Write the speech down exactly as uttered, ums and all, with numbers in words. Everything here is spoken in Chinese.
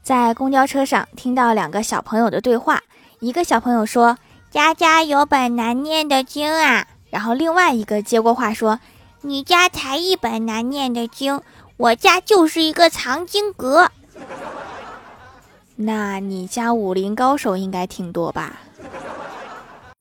在公交车上听到两个小朋友的对话，一个小朋友说：“家家有本难念的经啊。”然后另外一个接过话说：“你家才一本难念的经，我家就是一个藏经阁。”那你家武林高手应该挺多吧？